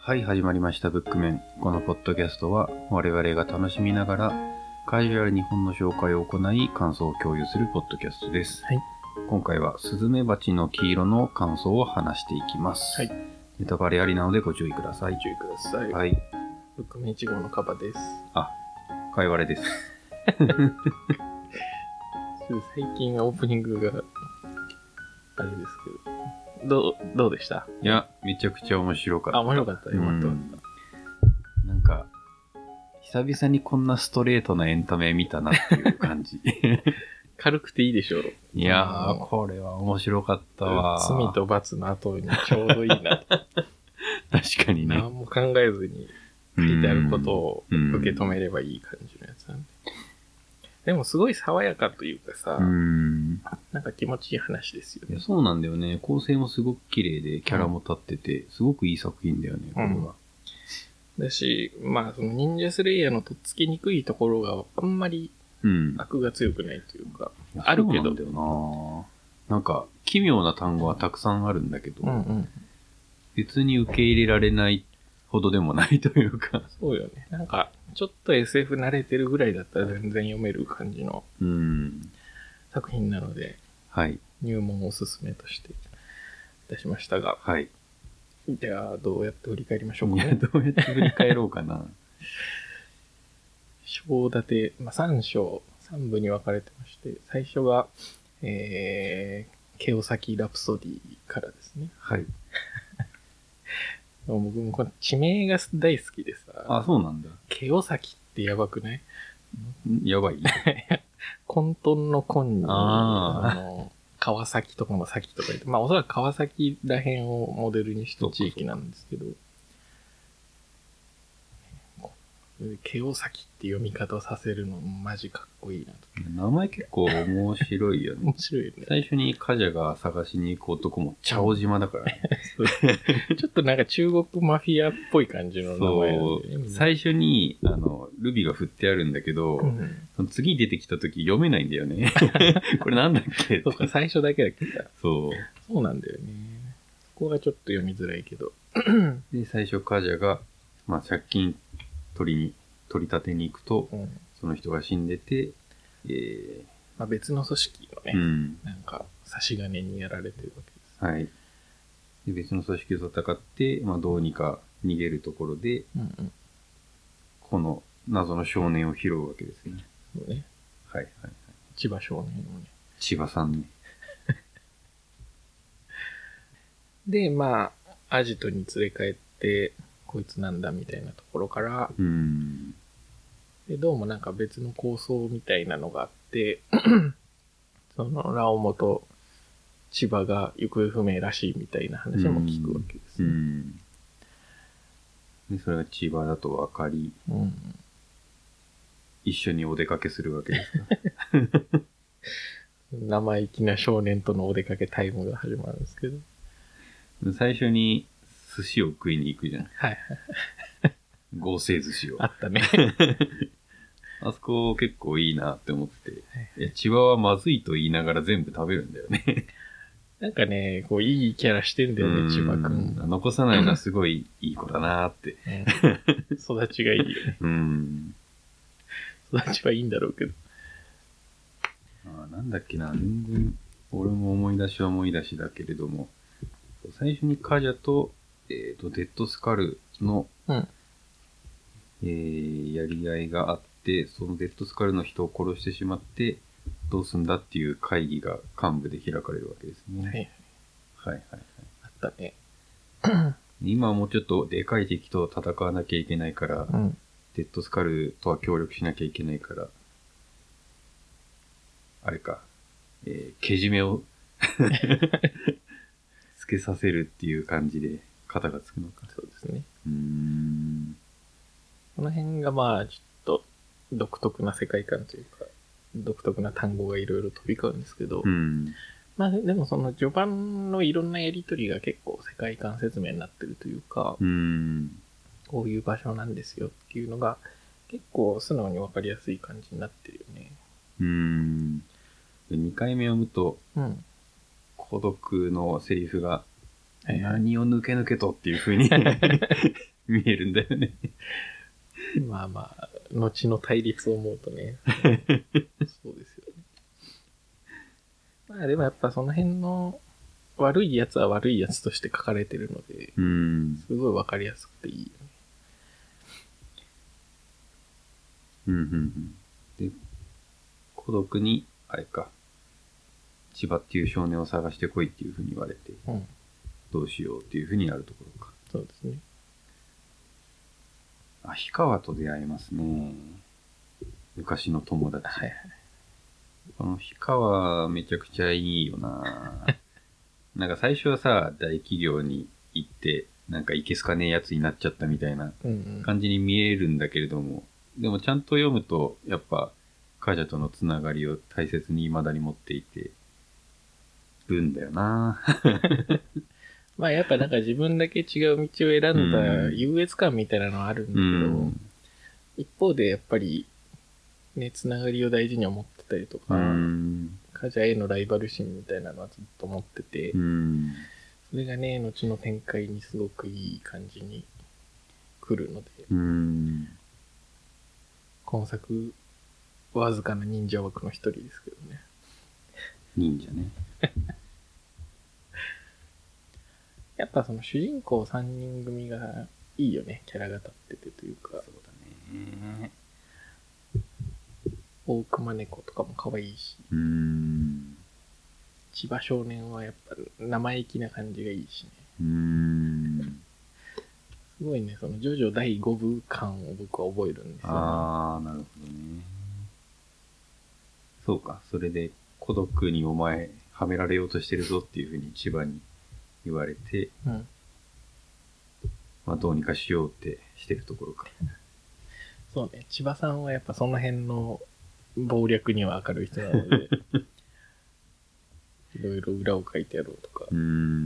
はい、始まりました。ブックメン。このポッドキャストは我々が楽しみながらカジュアルに本の紹介を行い感想を共有するポッドキャストです。 はい。 今回はスズメバチの黄色の感想を話していきます。 はい。 ネタバレありなのでご注意ください。 ご注意ください。 はい。 ブックメン1号のカバです。 かいわれです。 最近オープニングがあれですけど、どうでした？ いや、めちゃくちゃ面白かった。 面白かった。よかった。 なんか久々にこんなストレートなエンタメ見たなっていう感じ。 軽くていいでしょう。 いやー、これは面白かったわ。 罪と罰の後にちょうどいいな。 確かにね。 何も考えずに書いてあることを受け止めればいい感じのやつなんで。でもすごい爽やかというかさ、なんか気持ちいい話ですよね。 いや、そうなんだよね。構成もすごく綺麗で、キャラも立ってて、すごくいい作品だよね、これは。 だし、まあ、その忍者スレイヤーのとっつきにくいところがあんまり悪が強くないというか、あるけど。 そうなんだよな。なんか、奇妙な単語はたくさんあるんだけど、別に受け入れられないほどでもないというか。 そうよね。なんか、ちょっと SF 慣れてるぐらいだったら全然読める感じの作品なので、 はい。 入門おすすめとして出しましたが、 はい。 じゃあ、どうやって振り返りましょうかね。 いや、どうやって振り返ろうかな。 章立て、3章、3部に分かれてまして、最初が、ケオサキラプソディからですね。 はい。 僕もこの地名が大好きでさ。 あ、そうなんだ。 ケオサキってやばくない？ やばい。 混沌の混に、川崎とかの崎とか言って、まあおそらく川崎ら辺をモデルにした地域なんですけど、ケオサキって読み方をさせるのマジかっこいいなと。 名前結構面白いよね。 面白いよね。 最初にカジャが探しに行く男もチャオ島だからね。 ちょっとなんか中国マフィアっぽい感じの名前なんで、ね。 最初にルビが振ってあるんだけど、その次出てきた時読めないんだよね。これなんだっけ？ そうか、最初だけだっけど。 そうなんだよね。そこがちょっと読みづらいけど。 で、最初カジャが、まあ、借金取り立てに行くと、その人が死んでて、 まあ、別の組織のね、なんか差し金にやられてるわけです。 はい。で、別の組織と戦って、まあ、どうにか逃げるところで、この謎の少年を拾うわけですね。 そうね。 はいはいはい。 千葉少年をね。 千葉さんね。 で、まあ、アジトに連れ帰って、こいつなんだみたいなところから、でどうもなんか別の構想みたいなのがあって、そのラオモと千葉が行方不明らしいみたいな話も聞くわけです、ね。 でそれが千葉だと分かり、一緒にお出かけするわけですか。 生意気な少年とのお出かけタイムが始まるんですけど。 最初に寿司を食いに行くじゃん。 はい。 合成寿司を。 あったね。 あそこ結構いいなって思って。千葉はまずいと言いながら全部食べるんだよね。 なんかね、こういいキャラしてんだよね、千葉くん。 残さないのはすごいいい子だなって。 育ちがいいよね。育ちはいいんだろうけど。 なんだっけな、全然俺も思い出しだけれども、最初にカジャと、デッドスカルの、やり合いがあって、そのデッドスカルの人を殺してしまって、どうすんだっていう会議が幹部で開かれるわけですね。はい。 あったね。 今はもうちょっとでかい敵と戦わなきゃいけないから、デッドスカルとは協力しなきゃいけないから、あれか、けじめをつけさせるっていう感じで肩がつくのか。 そうですね。この辺がまあちょっと独特な世界観というか、独特な単語がいろいろ飛び交うんですけど、まあでもその序盤のいろんなやりとりが結構世界観説明になってるというか、こういう場所なんですよっていうのが結構素直にわかりやすい感じになってるよね。 2回目読むと、孤独のセリフが、何を抜け抜けとっていう風に見えるんだよね。 まあまあ、後の対立を思うとね。そうですよね。まあでもやっぱその辺の悪いやつは悪いやつとして書かれてるので、すごいわかりやすくていいよね。 で、孤独に、あれか、千葉っていう少年を探してこいっていうふうに言われて、どうしようっていうふうになるところか。 そうですね。 あ、氷川と出会いますね。昔の友達。はいはい。この氷川めちゃくちゃいいよななんか最初はさ、大企業に行って、なんかいけすかねえやつになっちゃったみたいな感じに見えるんだけれども、でもちゃんと読むと、やっぱ、カジャとのつながりを大切に未だに持っていて、るんだよなまあやっぱなんか自分だけ違う道を選んだ優越感みたいなのはあるんだけど、一方でやっぱり、ね、つながりを大事に思ってたりとか、カジャへのライバル心みたいなのはずっと持ってて、それがね、後の展開にすごくいい感じに来るので、今作、わずかな忍者枠の一人ですけどね。 忍者ね。 やっぱその主人公3人組がいいよね、キャラが立っててというか。そうだね。大熊猫とかも可愛いし。千葉少年はやっぱ生意気な感じがいいしね。すごいね、そのジョジョ第5部感を僕は覚えるんですよ、ね。 あー、なるほどね。そうか、それで孤独にお前はめられようとしてるぞっていうふうに千葉に言われて、まあどうにかしようってしてるところか。 そうね、千葉さんはやっぱその辺の謀略には明るい人なので、いろいろ裏を書いてやろうとか、す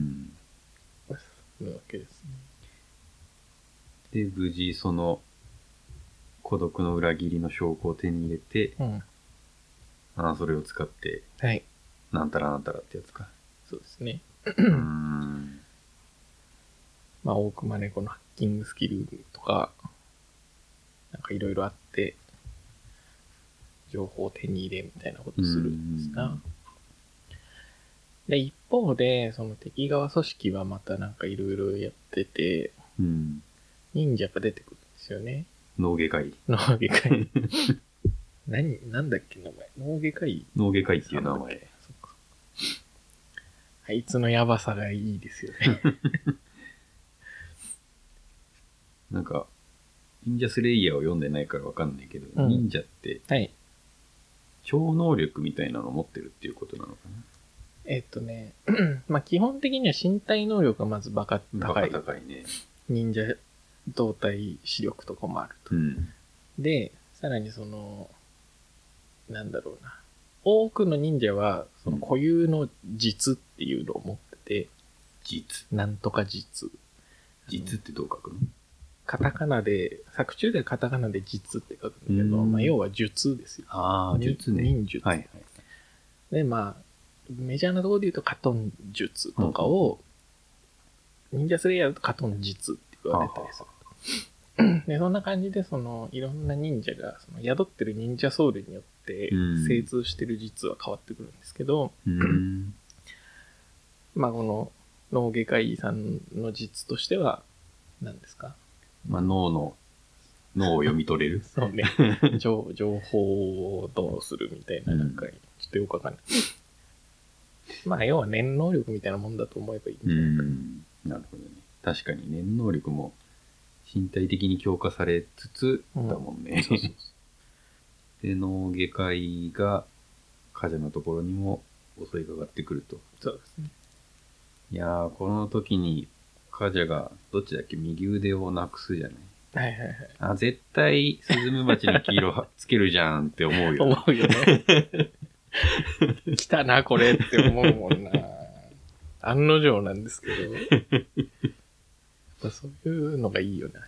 るわけですね。 で、無事その孤独の裏切りの証拠を手に入れて、それを使って、なんたらなんたらってやつか。 そうですね。まあ、大熊猫のハッキングスキルとか、なんかいろいろあって、情報を手に入れみたいなことするんですが。で、一方で、その敵側組織はまたなんかいろいろやってて、忍者が出てくるんですよね。 脳外科医。 脳外科医。なんだっけ名前。脳外科医。 脳外科医っていう名前。そっか。 あいつのやばさがいいですよね。 なんか、忍者スレイヤーを読んでないからわかんないけど、忍者って、超能力みたいなのを持ってるっていうことなのかな。まあ基本的には身体能力がまずバカ高い。 バカ高いね。 忍者動体視力とかもあると。で、さらにその、なんだろうな。多くの忍者は、その固有の術っていうのを持ってて、 術なんとか術。 術ってどう書くの？ カタカナで、作中ではカタカナで術って書くんだけど、まあ要は術ですよ。 ああ、術ね。 忍術。はいはい。で、まあ、メジャーなところで言うとカトン術とかを、忍者スレイヤーだとカトン術って言われたりする。で、そんな感じで、その、いろんな忍者が、その、宿ってる忍者ソウルによって、精通してる術は変わってくるんですけど、まあ、この、脳外科医さんの術としては、何ですか？ まあ、脳を読み取れるそうね。情報をどうするみたいな、なんか、ちょっとよくわかんない。まあ、要は念能力みたいなもんだと思えばいいんじゃないかな。なるほどね。確かに念能力も、身体的に強化されつつだもんね。そうそうそう。で、脳外科医がカジャのところにも襲いかかってくると。 そうですね。 いやー、この時にカジャがどっちだっけ右腕をなくすじゃない。 はいはいはい。 あ、絶対スズメバチに黄色つけるじゃんって思うよ。 思うよね。来たな、これって思うもんな。案の定なんですけど。そういうのがいいよね。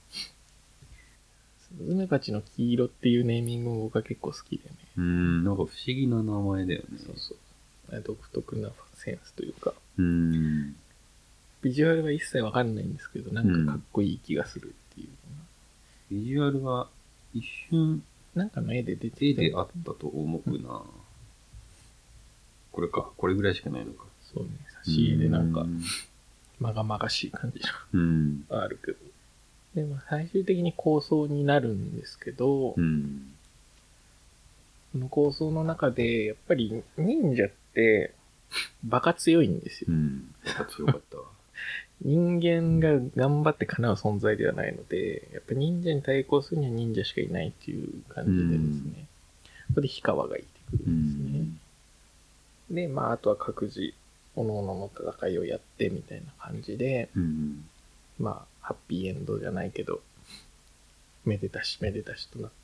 スズメバチの黄色っていうネーミングも僕は結構好きでね。 なんか不思議な名前だよね。 そうそう。独特なセンスというか。 ビジュアルは一切わかんないんですけど、なんかかっこいい気がするっていう、 ビジュアルは一瞬、 なんかの絵で出て絵であったと思うな。これか。これぐらいしかないのか。 そうね。挿絵でなんか、まがまがしい感じのあるけど。でも最終的に構想になるんですけど、この構想の中で、やっぱり忍者ってバカ強いんですよ。 バカ強かったわ。 人間が頑張って叶う存在ではないので、やっぱ忍者に対抗するには忍者しかいないっていう感じでですね、ここで氷川がいてくるんですね。で、まああとは各自、各々の戦いをやってみたいな感じで、まあハッピーエンドじゃないけど、めでたしめでたしとなって、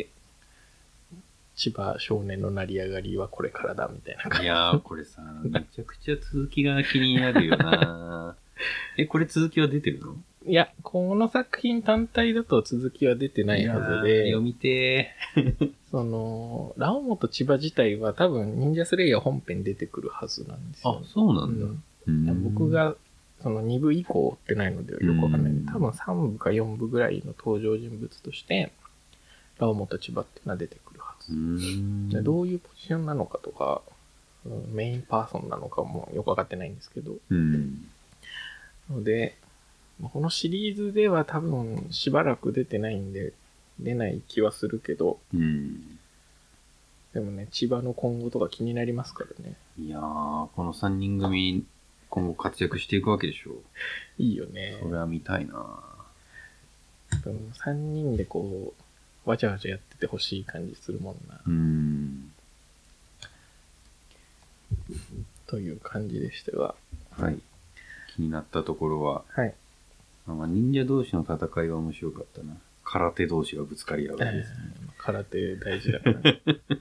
千葉少年の成り上がりはこれからだみたいな感じ。 いやー、これさ、めちゃくちゃ続きが気になるよなこれ続きは出てるの？ いや、この作品単体だと続きは出てないはずで、 読みてー。ラオモと千葉自体は多分、忍者スレイヤー本編出てくるはずなんですよ。 あ、そうなんだ。 僕が、2部以降追ってないのでよくわかんない。多分3部か4部ぐらいの登場人物として、ラオモと千葉っていうのは出てくるはず。どういうポジションなのかとか、メインパーソンなのかもよくわかってないんですけど、ので、このシリーズでは多分しばらく出てないんで、出ない気はするけど、でもね、千葉の今後とか気になりますからね。 いやー、この3人組、今後活躍していくわけでしょ。 いいよね。 それは見たいな 3人でこう、わちゃわちゃやっててほしい感じするもんな。という感じでしたが。 はい。気になったところは、 はい。 まあ、忍者同士の戦いは面白かったな。空手同士がぶつかり合うわけですね。 空手大事だから。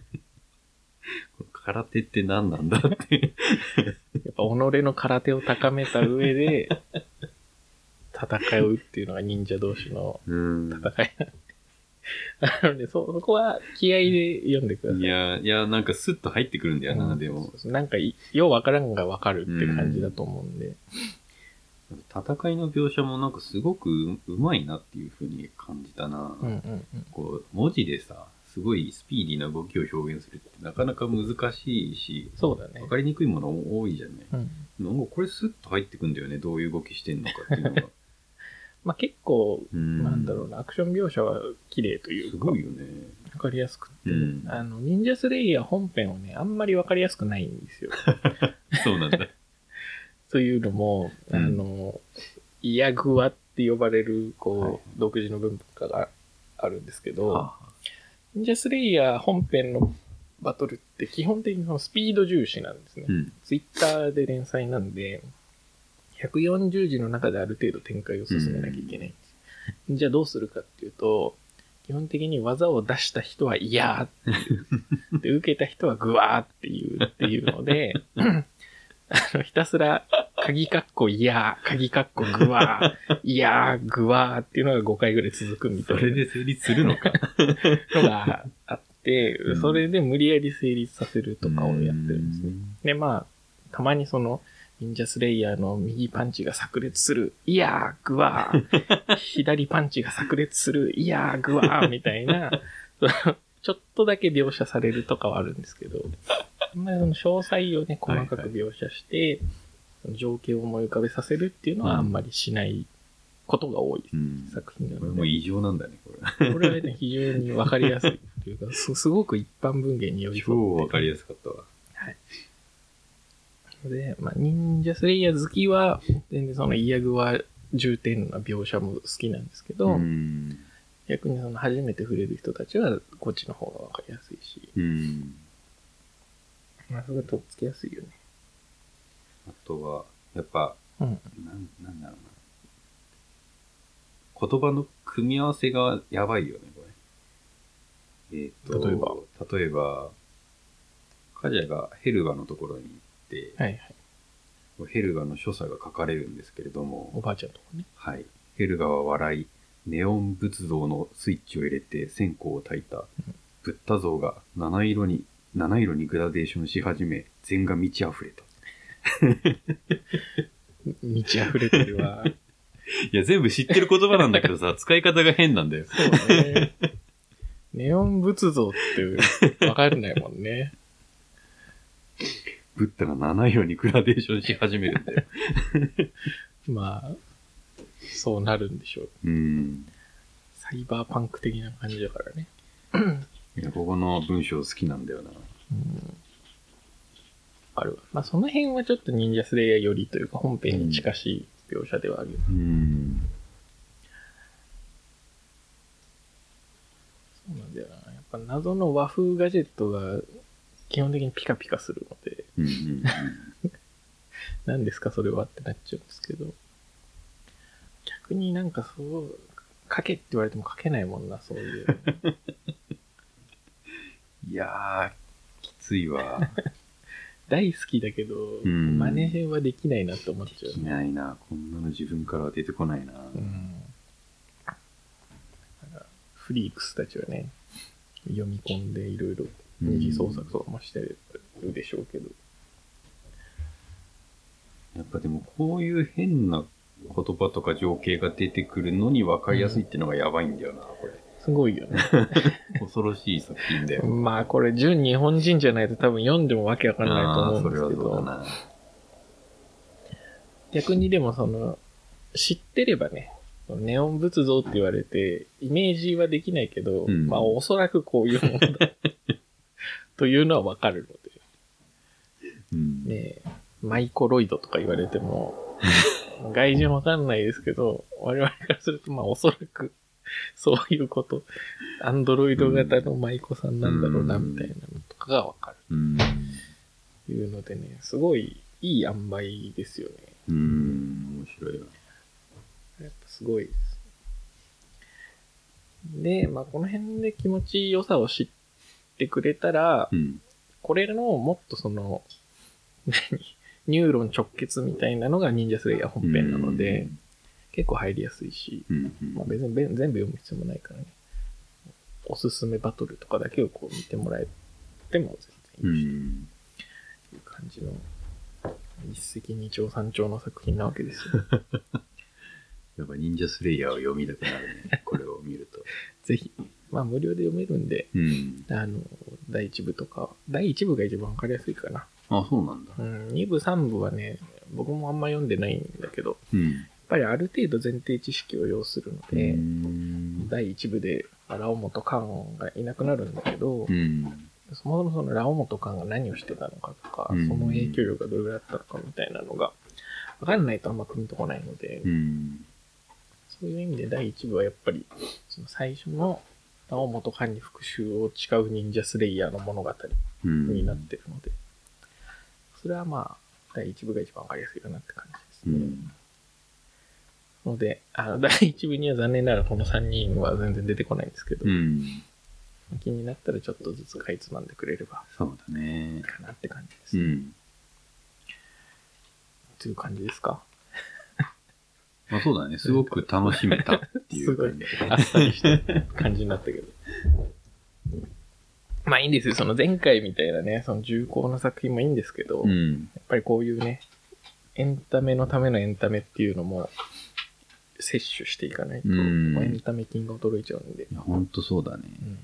空手って何なんだってやっぱ己の空手を高めた上で戦うっていうのが忍者同士の戦いなので、そこは気合で読んでください。 いや、なんかスッと入ってくるんだよな、でも。 なんか、ようわからんがわかるって感じだと思うんで。 戦いの描写もなんかすごくうまいなっていう風に感じたな。こう、文字でさ、すごいスピーディーな動きを表現するってなかなか難しいし、 そうだね。 わかりにくいもの多いじゃない。なんかこれスッと入ってくんだよね、どういう動きしてんのかっていうのが。 まあ結構、なんだろうな、アクション描写は綺麗というか。 すごいよね。 わかりやすくて、忍者スレイヤー本編はね、あんまりわかりやすくないんですよ。 そうなんだ。 というのも、イヤグワって呼ばれる、こう、独自の文化があるんですけど、忍者スレイヤー本編のバトルって基本的にそのスピード重視なんですね。ツイッターで連載なんで、140字の中である程度展開を進めなきゃいけないんです。じゃあどうするかっていうと、基本的に技を出した人はイヤーっていう。で、受けた人はグワーっていうので、ひたすら、鍵カッコイヤー、鍵カッコグワー、イヤー、グワーっていうのが5回ぐらい続くみたいな。 それで成立するのかのがあって、それで無理やり成立させるとかをやってるんですね。で、まあ、たまにその、忍者スレイヤーの右パンチが炸裂する、イヤー、グワー、左パンチが炸裂する、イヤー、グワーみたいな、ちょっとだけ描写されるとかはあるんですけど、あんまりその詳細をね、細かく描写して、情景を思い浮かべさせるっていうのはあんまりしないことが多い作品なので。 これも異常なんだね、これ。 これはね、非常にわかりやすいというか、すごく一般文芸に寄り添って。 超わかりやすかったわ。 はい。で、まあ、忍者スレイヤー好きは、全然そのイヤグワ重点な描写も好きなんですけど、逆にその初めて触れる人たちはこっちの方がわかりやすいし、まあ、それがとっつきやすいよね。 あとは、やっぱ、なんだろうな。言葉の組み合わせがやばいよね、これ。例えば、カジャがヘルガのところに行って、ヘルガの所作が書かれるんですけれども、 おばあちゃんとかね。 はい。ヘルガは笑い、ネオン仏像のスイッチを入れて線香を焚いた。ブッダ像が七色にグラデーションし始め、禅が満ち溢れた。 満ち溢れてるわ。 いや、全部知ってる言葉なんだけどさ、使い方が変なんだよ。 そうね。ネオン仏像ってわかんないもんね。 ブッダが7色にグラデーションし始めるんだよ。 まあ、そうなるんでしょう。サイバーパンク的な感じだからね。 いや、ここの文章好きなんだよな。 あるわ。まあ、その辺はちょっと忍者スレイヤーよりというか本編に近しい描写ではあるよ。そうなんだよな。やっぱ謎の和風ガジェットが基本的にピカピカするので、何ですかそれはってなっちゃうんですけど、逆になんかそう書けって言われても書けないもんな、そういう。 いやー、きついわ。 大好きだけど、真似はできないなって思っちゃう。 できないな。こんなの自分からは出てこないな。 フリークスたちはね、読み込んでいろいろ二次創作とかもしてるでしょうけど。 やっぱでもこういう変な言葉とか情景が出てくるのに分かりやすいっていうのがやばいんだよな、これ。 すごいよね。 恐ろしい作品だよ。 まあこれ純日本人じゃないと多分読んでもわけわかんないと思うんですけど。 それはそうだな。 逆にでもその、知ってればね、ネオン仏像って言われて、イメージはできないけど、まあおそらくこういうものだというのはわかるので。ねえ、マイコロイドとか言われても、外人わかんないですけど、我々からするとまあおそらくそういうこと、アンドロイド型の舞妓さんなんだろうなみたいなのとかがわかる。いうのでね、すごいいい塩梅ですよね。 面白いわ。 やっぱすごいです。で、まあこの辺で気持ちよさを知ってくれたら、これのもっとその、ニューロン直結みたいなのが忍者スレイヤー本編なので、結構入りやすいし、まあ別に全部読む必要もないからね。おすすめバトルとかだけをこう見てもらえても全然いいし、っていう感じの一石二鳥三鳥の作品なわけですよ。 やっぱ忍者スレイヤーを読みたくなるね。これを見ると。 ぜひ。まあ無料で読めるんで、第1部とか、第1部が一番わかりやすいかな。 あ、そうなんだ。 2部3部はね、僕もあんま読んでないんだけど、やっぱりある程度前提知識を要するので、第1部でラオモとカンがいなくなるんだけど、そもそもそのラオモとカンが何をしてたのかとか、その影響力がどれぐらいあったのかみたいなのが、わかんないとあんま組みとこないので、そういう意味で第1部はやっぱり、その最初のラオモとカンに復讐を誓う忍者スレイヤーの物語になってるので、それはまあ、第1部が一番わかりやすいかなって感じですね。ので、第1部には残念ながらこの3人は全然出てこないんですけど、気になったらちょっとずつかいつまんでくれれば、 そうだね。 かなって感じですね。という感じですか。 まあそうだね。すごく楽しめたっていう感じ。 すごいあっさりした感じになったけど。まあいいんですよ。その前回みたいなね、その重厚な作品もいいんですけど、やっぱりこういうね、エンタメのためのエンタメっていうのも摂取していかないと、エンタメ金が衰えちゃうんで。 いや、ほんとそうだね。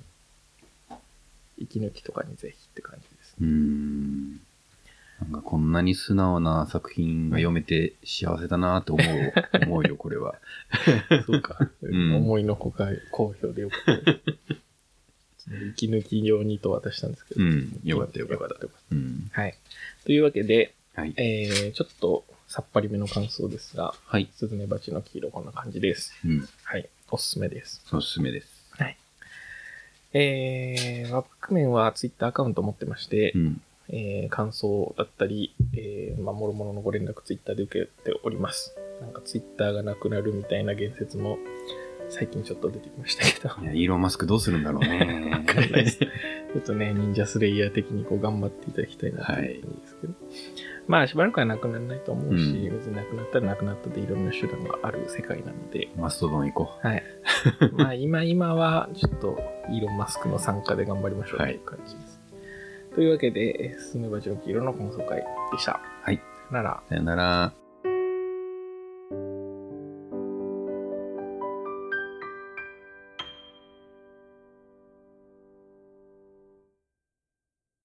息抜きとかにぜひって感じですね。 なんかこんなに素直な作品が読めて幸せだなって思うよ、これは。 そうか。思いのほか好評でよかった。息抜き用にと渡したんですけど。 よかったよかった。 はい。というわけで、ちょっとさっぱりめの感想ですが、スズメバチの黄色こんな感じです。はい。おすすめです。 おすすめです。 はい。ワックメンはツイッターアカウント持ってまして、感想だったり、まあ、もろもろのご連絡ツイッターで受けております。なんかツイッターがなくなるみたいな言説も最近ちょっと出てきましたけど。 いや、イーロンマスクどうするんだろうね。 わかんないです。ちょっとね、忍者スレイヤー的にこう頑張っていただきたいなという感じですけど。まあ、しばらくはなくならないと思うし、別になくなったらなくなったでいろんな手段がある世界なので。 マストドン行こう。はい。まあ、今はちょっとイーロンマスクの参加で頑張りましょうという感じです。というわけで、スズメバチの黄色の感想会でした。 はい。 さよなら。 さよなら。